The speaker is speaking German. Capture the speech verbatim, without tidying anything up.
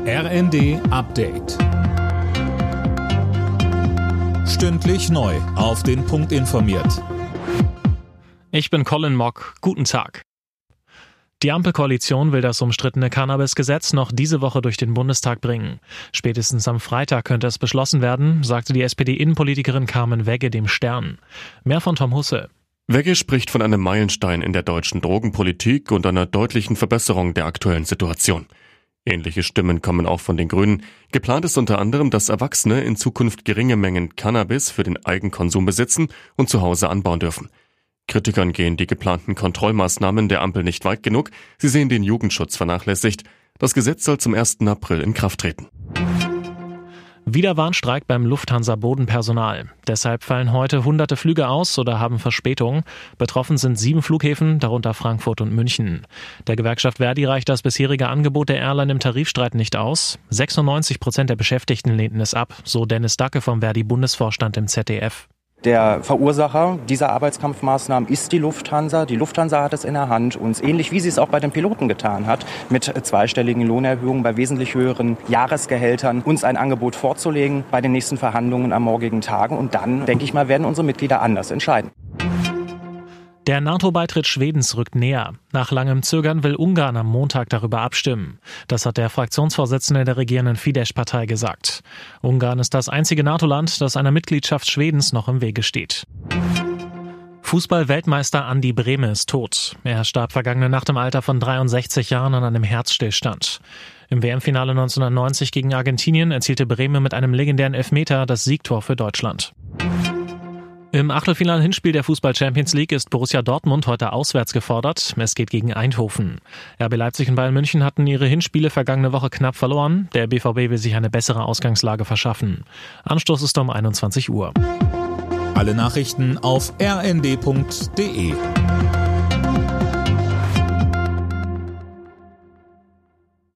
R N D Update. Stündlich neu auf den Punkt informiert. Ich bin Colin Mock. Guten Tag. Die Ampelkoalition will das umstrittene Cannabis-Gesetz noch diese Woche durch den Bundestag bringen. Spätestens am Freitag könnte es beschlossen werden, sagte die S P D-Innenpolitikerin Carmen Wegge dem Stern. Mehr von Tom Husse. Wegge spricht von einem Meilenstein in der deutschen Drogenpolitik und einer deutlichen Verbesserung der aktuellen Situation. Ähnliche Stimmen kommen auch von den Grünen. Geplant ist unter anderem, dass Erwachsene in Zukunft geringe Mengen Cannabis für den Eigenkonsum besitzen und zu Hause anbauen dürfen. Kritikern gehen die geplanten Kontrollmaßnahmen der Ampel nicht weit genug. Sie sehen den Jugendschutz vernachlässigt. Das Gesetz soll zum ersten April in Kraft treten. Wieder Warnstreik beim Lufthansa-Bodenpersonal. Deshalb fallen heute hunderte Flüge aus oder haben Verspätung. Betroffen sind sieben Flughäfen, darunter Frankfurt und München. Der Gewerkschaft Verdi reicht das bisherige Angebot der Airline im Tarifstreit nicht aus. sechsundneunzig Prozent der Beschäftigten lehnten es ab, so Dennis Dacke vom Verdi-Bundesvorstand im Z D F. Der Verursacher dieser Arbeitskampfmaßnahmen ist die Lufthansa. Die Lufthansa hat es in der Hand, uns ähnlich wie sie es auch bei den Piloten getan hat, mit zweistelligen Lohnerhöhungen bei wesentlich höheren Jahresgehältern uns ein Angebot vorzulegen bei den nächsten Verhandlungen am morgigen Tagen. Und dann, denke ich mal, werden unsere Mitglieder anders entscheiden. Der NATO-Beitritt Schwedens rückt näher. Nach langem Zögern will Ungarn am Montag darüber abstimmen. Das hat der Fraktionsvorsitzende der regierenden Fidesz-Partei gesagt. Ungarn ist das einzige NATO-Land, das einer Mitgliedschaft Schwedens noch im Wege steht. Fußball-Weltmeister Andi Brehme ist tot. Er starb vergangene Nacht im Alter von dreiundsechzig Jahren an einem Herzstillstand. Im W M-Finale neunzehnhundertneunzig gegen Argentinien erzielte Brehme mit einem legendären Elfmeter das Siegtor für Deutschland. Im Achtelfinal-Hinspiel der Fußball-Champions League ist Borussia Dortmund heute auswärts gefordert. Es geht gegen Eindhoven. R B Leipzig und Bayern München hatten ihre Hinspiele vergangene Woche knapp verloren. Der B V B will sich eine bessere Ausgangslage verschaffen. Anstoß ist um einundzwanzig Uhr. Alle Nachrichten auf r n d punkt d e.